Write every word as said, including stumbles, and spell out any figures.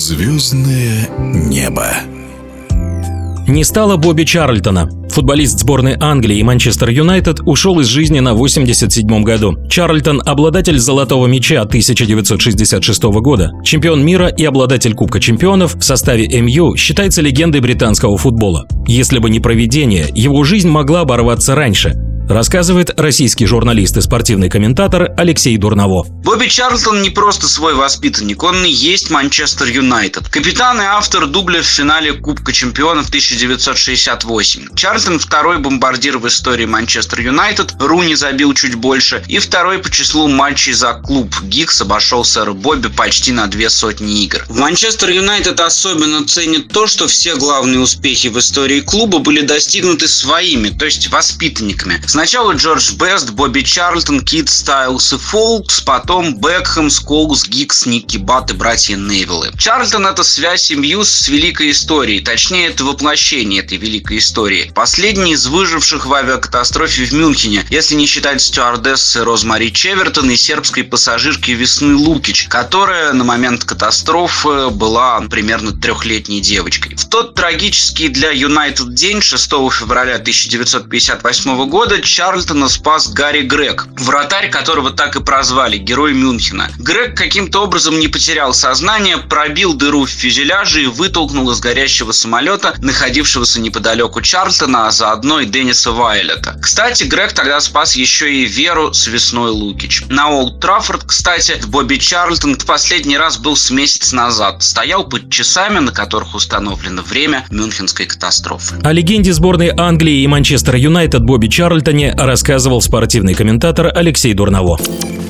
Звездное небо. Не стало Бобби Чарльтона. Футболист сборной Англии и Манчестер Юнайтед ушел из жизни на восемьдесят седьмом году. Чарльтон – обладатель золотого мяча тысяча девятьсот шестьдесят шестого года, чемпион мира и обладатель Кубка чемпионов в составе эм ю, считается легендой британского футбола. Если бы не провидение, его жизнь могла оборваться раньше, рассказывает российский журналист и спортивный комментатор Алексей Дурново. Бобби Чарльтон не просто свой воспитанник, он и есть Манчестер Юнайтед. Капитан и автор дубля в финале Кубка чемпионов тысяча девятьсот шестьдесят восемь. Чарльтон второй бомбардир в истории Манчестер Юнайтед, Руни забил чуть больше, и второй по числу матчей за клуб. Гиггс обошел сэра Бобби почти на две сотни игр. В Манчестер Юнайтед особенно ценят то, что все главные успехи в истории клуба были достигнуты своими, то есть воспитанниками. Сначала Джордж Бест, Бобби Чарльтон, Кит Стайлс и Фолкс, потом Бекхэм, Сколс, Гиггс, Ники Бат и братья Невиллы. Чарльтон – это связь эм ю с великой историей, точнее, это воплощение этой великой истории. Последний из выживших в авиакатастрофе в Мюнхене, если не считать стюардессы Розмари Чевертон и сербской пассажирки Весны Лукич, которая на момент катастрофы была примерно трехлетней девочкой. В тот трагический для Юнайтед день, шестого февраля тысяча девятьсот пятьдесят восьмого года, Чарльтона спас Гарри Грег, вратарь, которого так и прозвали, герой Мюнхена. Грег каким-то образом не потерял сознание, пробил дыру в фюзеляже и вытолкнул из горящего самолета, находившегося неподалеку Чарльтона, а заодно и Денниса Вайлета. Кстати, Грег тогда спас еще и Веру с Весной Лукич. На Олд Траффорд, кстати, Бобби Чарльтон в последний раз был с месяц назад. Стоял под часами, на которых установлено время мюнхенской катастрофы. О легенде сборной Англии и Манчестер Юнайтед Бобби Чарльтоне рассказывал спортивный комментатор Алексей Дурново.